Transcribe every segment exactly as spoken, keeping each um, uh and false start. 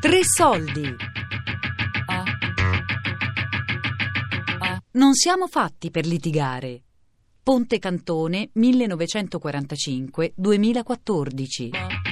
Tre soldi. Non siamo fatti per litigare. Ponte Cantone millenovecentoquarantacinque duemilaquattordici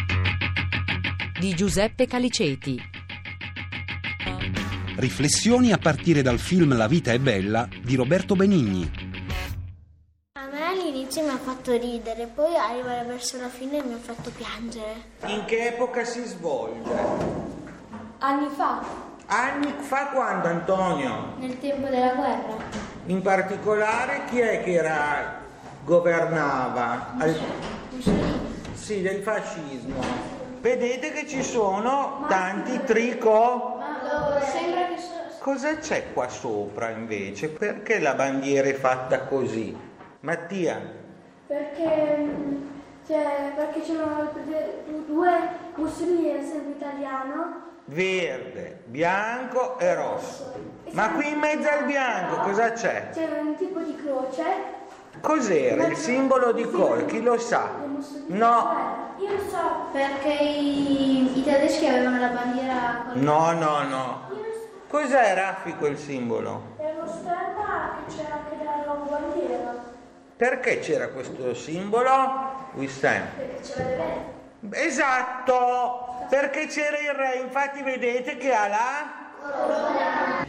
di Giuseppe Caliceti. Riflessioni a partire dal film La vita è bella di Roberto Benigni. A me all'inizio mi ha fatto ridere, poi arrivare verso la fine mi ha fatto piangere. In che epoca si svolge? Anni fa, Anni fa quando, Antonio? nel tempo della guerra. In particolare chi è che era governava? Al... Mussolini. Sì, del fascismo. Vedete che ci sono tanti trico? Ma sembra che so... Cosa c'è qua sopra invece? Perché la bandiera è fatta così? Mattia? Perché, cioè, perché c'erano due Mussolini, era sempre italiano. Verde, bianco e rosso. Ma qui in mezzo al bianco cosa c'è? C'era un tipo di croce. Cos'era il simbolo di cosa? Chi lo sa? No. Io lo so. Perché i, i tedeschi avevano la bandiera con... No, no, no. Cos'è, Raffi, quel simbolo? Era uno stemma che c'era anche della loro bandiera. Perché c'era questo simbolo? Wissem? Perché c'era il re. Esatto! Perché c'era il re, infatti vedete che ha la... Corona.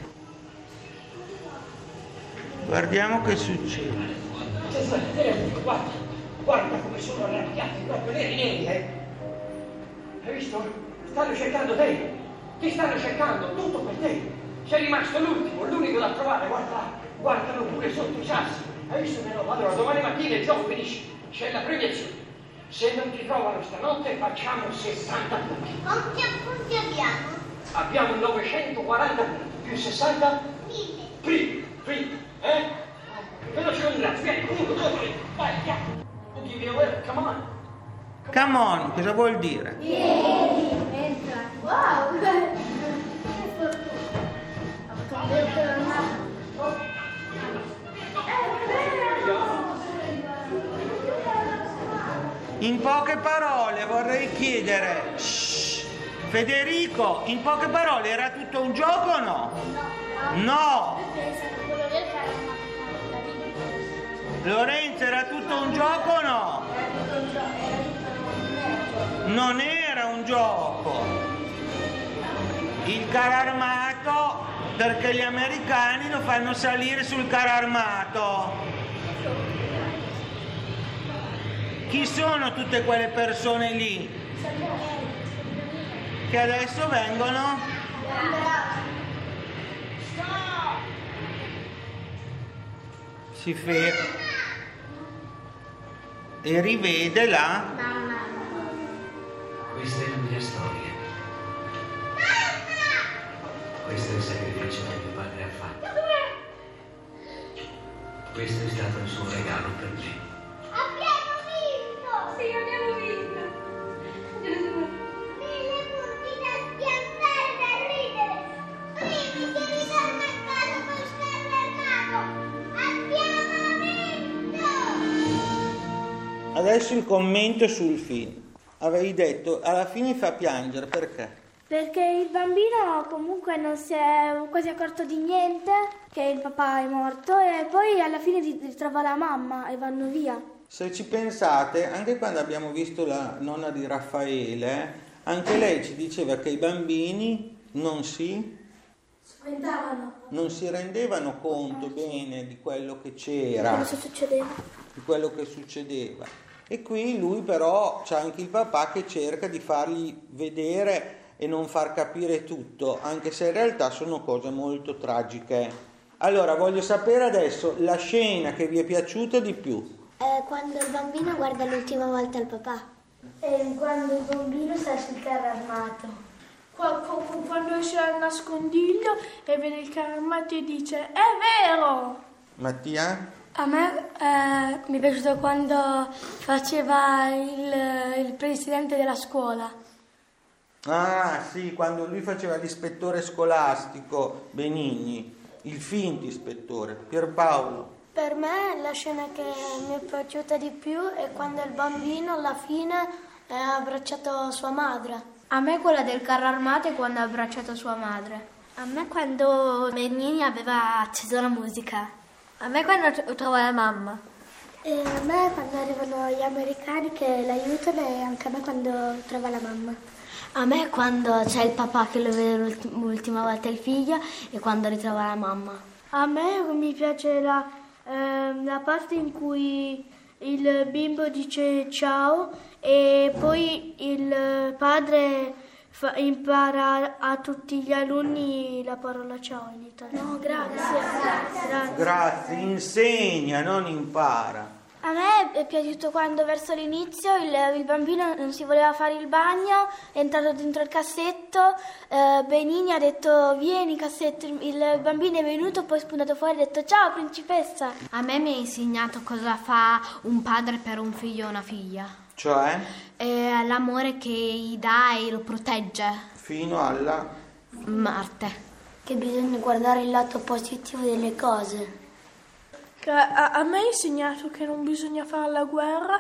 Guardiamo che succede. Guarda, guarda come sono arrabbiati proprio neri neri, eh! Hai visto? Stanno cercando te! Ti stanno cercando, tutto per te! Sei rimasto l'ultimo, l'unico da trovare, guarda, guardalo pure sotto i sassi! Hai visto che roba? Allora domani mattina il gioco finisce, c'è la premiazione. Se non ti trovano stanotte facciamo sessanta punti. Quanti appunti abbiamo? Abbiamo novecentoquaranta punti, più sessanta? Mille. Prima, prima, eh? Veloce un grazie, vieni, uno, due, tre, vai, via! We'll give you a whip, come on! Come on, cosa vuol dire? Vieni, entra. Wow! Che fortuna. Ho detto una... In poche parole vorrei chiedere, shh, Federico, in poche parole era tutto un gioco o no? No! Lorenzo, era tutto un gioco o no? Non era un gioco. Il carro armato, perché gli americani lo fanno salire sul carro armato. Chi sono tutte quelle persone lì? Che adesso vengono? Si ferma e rivede la... Questa è la mia storia. Questo è il sacrificio che mio padre ha fatto. Questo è stato il suo regalo per me. Abbiamo vinto! Sì, abbiamo vinto. Mille punti da spiantare e da ridere. Primi che ritorna a casa col carro armato. Abbiamo vinto! Adesso il commento sul film. Avevi detto, alla fine fa piangere, perché? Perché il bambino comunque non si è quasi accorto di niente, che il papà è morto, e poi alla fine ritrova la mamma e vanno via. Se ci pensate, anche quando abbiamo visto la nonna di Raffaele, anche lei ci diceva che i bambini non si, Spaventavano. non si rendevano conto bene di quello che c'era, Cosa succedeva? di quello che succedeva. E qui lui però c'è anche il papà che cerca di fargli vedere e non far capire tutto, anche se in realtà sono cose molto tragiche. Allora, voglio sapere adesso la scena che vi è piaciuta di più. Eh, quando il bambino guarda l'ultima volta il papà. E quando il bambino sta sul carro armato. Quando esce al nascondiglio e vede il carro armato e dice: è vero! Mattia? A me eh, mi è piaciuto quando faceva il, il presidente della scuola. Ah sì, quando lui faceva l'ispettore scolastico, Benigni, il finto ispettore, Pierpaolo. Per me la scena che mi è piaciuta di più è quando il bambino alla fine ha abbracciato sua madre. A me quella del carro armato e quando ha abbracciato sua madre. A me quando Benigni aveva acceso la musica. A me quando trova la mamma. E a me quando arrivano gli americani che l'aiutano e anche a me quando trova la mamma. A me quando c'è il papà che lo vede l'ultima volta il figlio e quando ritrova la mamma. A me mi piace la, eh, la parte in cui il bimbo dice ciao e poi il padre fa, impara a tutti gli alunni la parola ciao in italiano. No, grazie. Grazie, grazie. Insegna, non impara. A me è piaciuto quando verso l'inizio il, il bambino non si voleva fare il bagno, è entrato dentro il cassetto, eh, Benigni ha detto vieni cassetto, il bambino è venuto, poi è spuntato fuori e ha detto ciao principessa. A me mi ha insegnato cosa fa un padre per un figlio o una figlia. Cioè? Eh, l'amore che gli dà e lo protegge. Fino alla morte. Che bisogna guardare il lato positivo delle cose. A, a me ha insegnato che non bisogna fare la guerra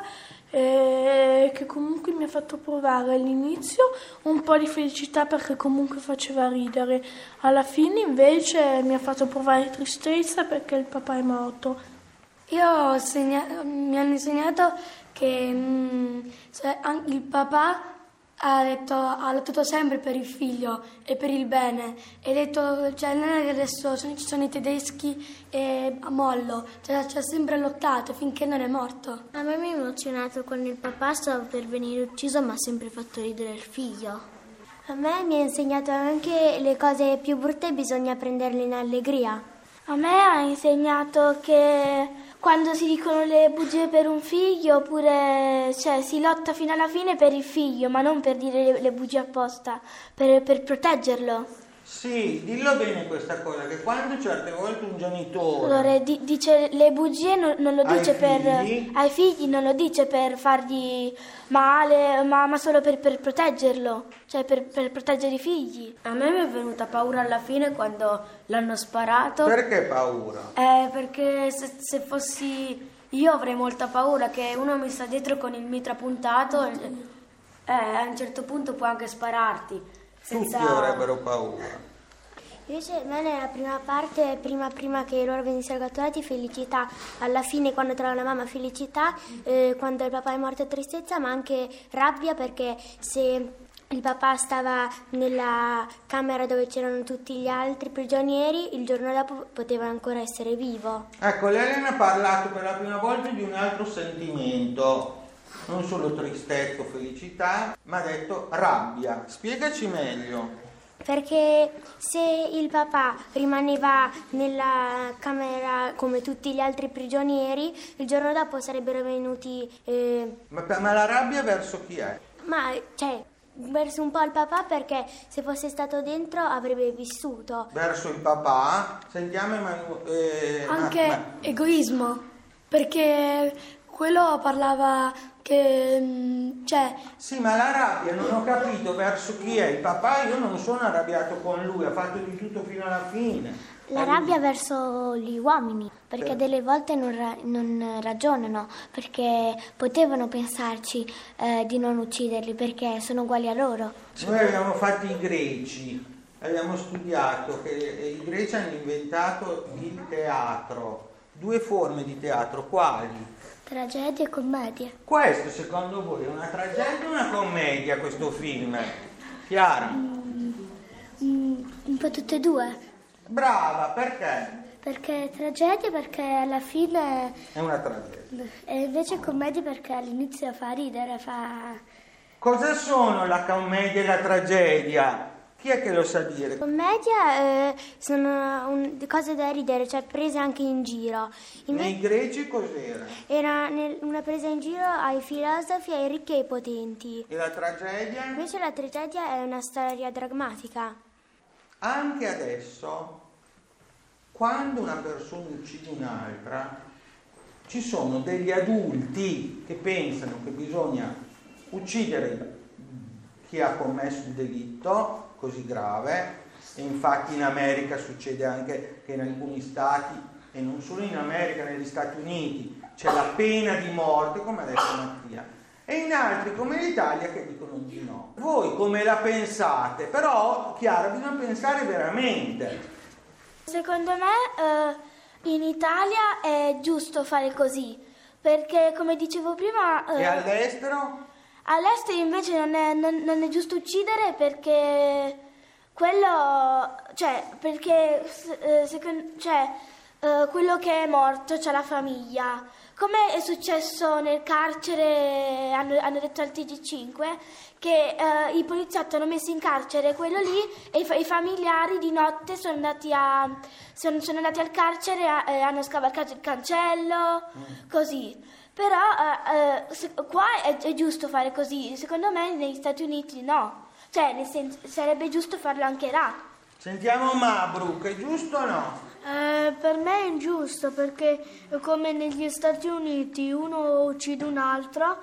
e che comunque mi ha fatto provare all'inizio un po' di felicità perché comunque faceva ridere. Alla fine invece mi ha fatto provare tristezza perché il papà è morto. Io ho segna- mi hanno insegnato che mh, se, an- il papà ha detto ha lottato sempre per il figlio e per il bene e ha detto cioè non è che adesso sono, ci sono i tedeschi e a mollo, cioè ci ha sempre lottato finché non è morto. A me mi ha emozionato quando il papà stava per venire ucciso ma ha sempre fatto ridere il figlio. A me mi ha insegnato anche le cose più brutte bisogna prenderle in allegria. A me ha insegnato che quando si dicono le bugie per un figlio, oppure cioè, si lotta fino alla fine per il figlio, ma non per dire le, le bugie apposta, per, per proteggerlo. Sì, dillo bene questa cosa, che quando certe volte un genitore... Allora, di, dice le bugie non, non lo dice ai per... figli? Ai figli non lo dice per fargli male, ma, ma solo per, per proteggerlo, cioè per, per proteggere i figli. A me mi è venuta paura alla fine quando l'hanno sparato. Perché paura? Eh, perché se, se fossi io avrei molta paura che uno mi sta dietro con il mitra puntato e eh, a un certo punto può anche spararti. Senza... Tutti avrebbero paura. Invece a me nella prima parte, prima, prima che loro venissero catturati, felicità. Alla fine quando trova la mamma felicità, eh, quando il papà è morto tristezza, ma anche rabbia perché se il papà stava nella camera dove c'erano tutti gli altri prigionieri, il giorno dopo poteva ancora essere vivo. Ecco, lei ne ha parlato per la prima volta di un altro sentimento. Non solo tristezza o felicità, ma ha detto rabbia. Spiegaci meglio. Perché se il papà rimaneva nella camera come tutti gli altri prigionieri, il giorno dopo sarebbero venuti... Eh, Ma, ma la rabbia verso chi è? ma, cioè, verso un po' il papà perché se fosse stato dentro avrebbe vissuto. Verso il papà? Sentiamo Emanuele... Eh, Anche ma, ma... egoismo, perché quello parlava che, cioè... Sì, ma la rabbia non ho capito verso chi è. Il papà, io non sono arrabbiato con lui, ha fatto di tutto fino alla fine. La rabbia verso gli uomini, perché Sì. delle volte non, ra- non ragionano, perché potevano pensarci eh, di non ucciderli, perché sono uguali a loro. Noi abbiamo fatto i greci, abbiamo studiato che i greci hanno inventato il teatro. Due forme di teatro, quali? Tragedia e commedia. Questo secondo voi è una tragedia o una commedia, questo film? Chiara? Mm, un po' tutte e due. Brava, perché? Perché tragedia perché alla fine... È una tragedia. E invece commedia perché all'inizio fa ridere, fa... Cosa sono la commedia e la tragedia? Chi è che lo sa dire? Commedia eh, sono un, cose da ridere, cioè prese anche in giro. Inve- Nei greci cos'era? Era nel- una presa in giro ai filosofi, ai ricchi e ai potenti. E la tragedia? Invece la tragedia è una storia drammatica. Anche adesso, quando una persona uccide un'altra, ci sono degli adulti che pensano che bisogna uccidere chi ha commesso il delitto così grave, e infatti in America succede anche che in alcuni stati, e non solo in America, negli Stati Uniti, c'è la pena di morte, come ha detto Mattia, e in altri come l'Italia che dicono di no. Voi come la pensate? Però, Chiara, bisogna pensare veramente. Secondo me eh, in Italia è giusto fare così, perché come dicevo prima... Eh, e all'estero? All'estero invece non è, non, non è giusto uccidere perché quello... Cioè, perché eh, secondo, cioè, eh, quello che è morto c'ha la famiglia. Come è successo nel carcere, hanno, hanno detto al T G cinque, che eh, i poliziotti hanno messo in carcere quello lì e i, i familiari di notte sono andati, a, sono, sono andati al carcere e hanno scavalcato il cancello, mm. così. Però eh, eh, se, qua è, è giusto fare così, secondo me negli Stati Uniti no, cioè nel senso, sarebbe giusto farlo anche là. Sentiamo Mabruk, è giusto o no? Eh, per me è ingiusto perché come negli Stati Uniti uno uccide un altro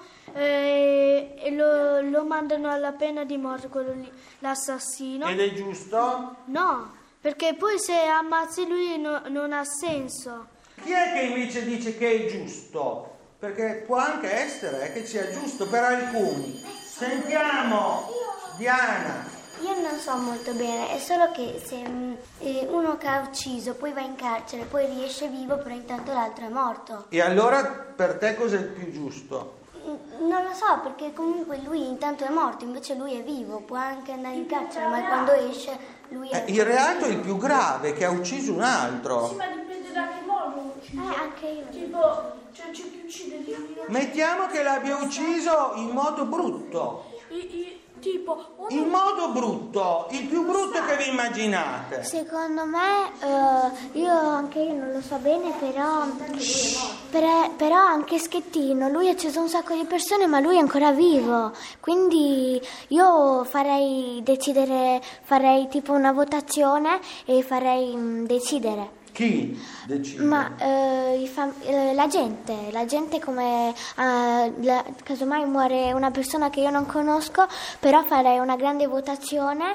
eh, e lo, lo mandano alla pena di morte, quello lì, l'assassino. Ed è giusto? No, perché poi se ammazzi lui no, non ha senso. Chi è che invece dice che è giusto? Perché può anche essere eh, che sia giusto per alcuni. Sentiamo Diana. Io non so molto bene, è solo che se eh, uno che ha ucciso poi va in carcere, poi riesce vivo, però intanto l'altro è morto. E allora per te cos'è il più giusto? Non lo so, perché comunque lui intanto è morto, invece lui è vivo, può anche andare in carcere, ma quando esce lui è... Eh, il reato è il più grave, che ha ucciso un altro. Sì, ma dipende da che modo uccide. Eh, anche io. Tipo, cioè c'è chi uccide di Mettiamo che l'abbia ucciso in modo brutto. I, i, tipo, uno... In modo brutto, il più brutto che vi immaginate. Secondo me, uh, io anche io non lo so bene, però, per, però anche Schettino, lui ha ucciso un sacco di persone, ma lui è ancora vivo. Quindi io farei decidere, farei tipo una votazione e farei mh, decidere. Chi decide? Ma eh, i fam- eh, la gente, la gente come eh, la, casomai muore una persona che io non conosco, però farei una grande votazione.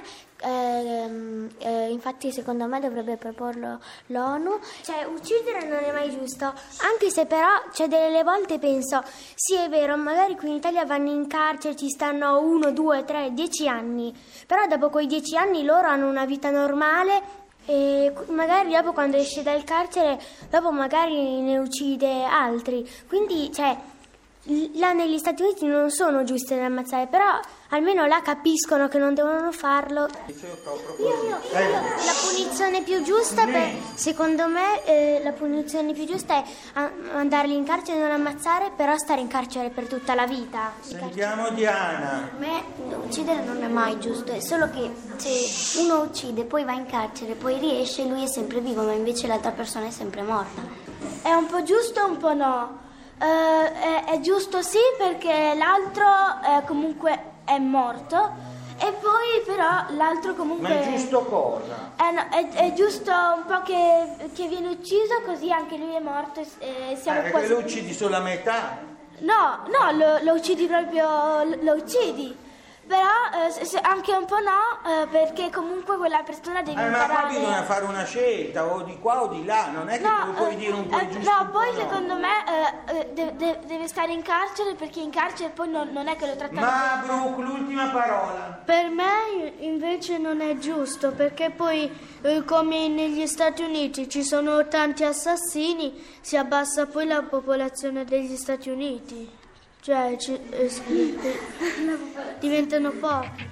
Eh, eh, infatti secondo me dovrebbe proporlo l'ONU. Cioè uccidere non è mai giusto, anche se però cioè, delle volte penso sì è vero, magari qui in Italia vanno in carcere, ci stanno uno, due, tre, dieci anni, però dopo quei dieci anni loro hanno una vita normale e magari dopo quando esce dal carcere dopo magari ne uccide altri, quindi cioè là negli Stati Uniti non sono giuste da ammazzare, però almeno là capiscono che non devono farlo. Io, io, io, la punizione più giusta per, secondo me eh, la punizione più giusta è a- mandarli in carcere e non ammazzare, però stare in carcere per tutta la vita. Sentiamo Diana. Per me uccidere non è mai giusto, è solo che se uno uccide poi va in carcere, poi riesce, lui è sempre vivo, ma invece l'altra persona è sempre morta. È un po' giusto o un po' no? Uh, è, è giusto sì perché l'altro eh, comunque è morto e poi però l'altro comunque... Ma è giusto cosa? È, no, è, è giusto un po' che, che viene ucciso così anche lui è morto e e siamo eh, quasi... Perché lo uccidi solo a metà? No, no, lo, lo uccidi proprio, lo, lo uccidi. Però eh, se, se anche un po' no, eh, perché comunque quella persona deve eh, imparare... Ma qua bisogna fare una scelta, o di qua o di là, non è che no, tu puoi eh, dire un po' eh, giusto. No, un po' poi no. secondo me eh, eh, de- de- deve stare in carcere perché in carcere poi non, non è che lo trattano... Mabruk, l'ultima parola. Per me invece non è giusto perché poi eh, come negli Stati Uniti ci sono tanti assassini, si abbassa poi la popolazione degli Stati Uniti. Cioè, ci, eh, eh, diventano pochi.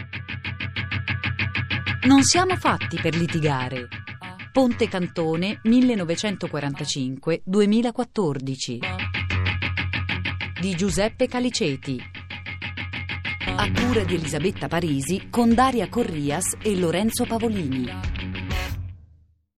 Non siamo fatti per litigare. Ponte Cantone millenovecentoquarantacinque duemilaquattordici di Giuseppe Caliceti. A cura di Elisabetta Parisi con Daria Corrias e Lorenzo Pavolini.